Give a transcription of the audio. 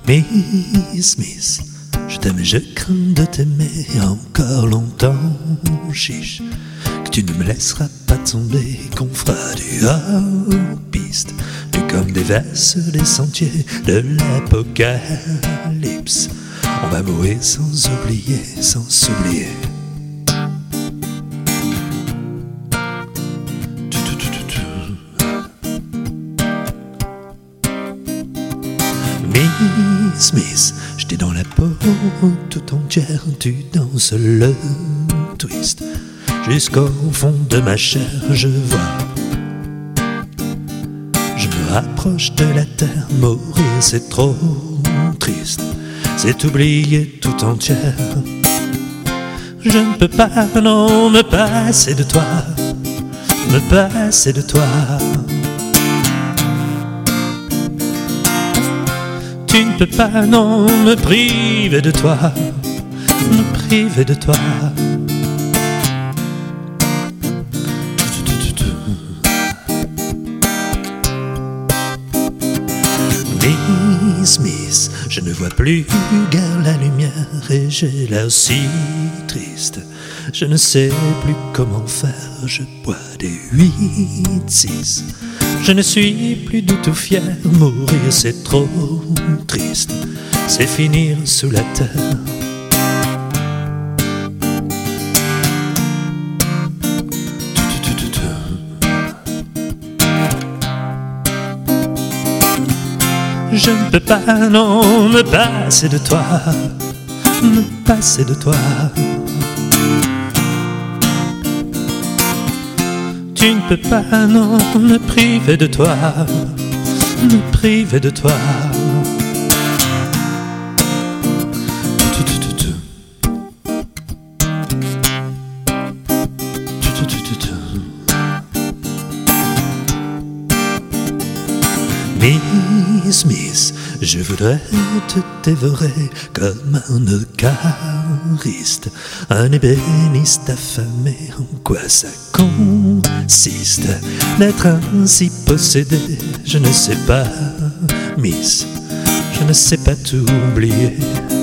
Miss, Miss, je t'aime et je crains de t'aimer encore longtemps, chiche, que tu ne me laisseras pas tomber, qu'on fera du hors-piste, nu comme des vers sur les sentiers de l'apocalypse. On va mourir sans oublier, sans s'oublier. Miss, Miss, j'étais dans la peau tout entière, tu danses le twist. Jusqu'au fond de ma chair, je vois. Je me rapproche de la terre, mourir c'est trop triste. C'est oublier tout entière. Je ne peux pas, non, me passer de toi, me passer de toi. Tu ne peux pas, non, me priver de toi, me priver de toi. Miss, Miss, je ne vois plus guère la lumière et j'ai l'air si triste. Je ne sais plus comment faire, je bois des 8-6. Je ne suis plus du tout fier, mourir c'est trop triste, c'est finir sous la terre. Je ne peux pas, non, me passer de toi, me passer de toi. Tu ne peux pas, non, me priver de toi, me priver de toi. Miss, Miss, je voudrais te dévorer comme un euchariste, un ébéniste affamé. En quoi ça consiste d'être ainsi possédé? Je ne sais pas, Miss, je ne sais pas tout oublier.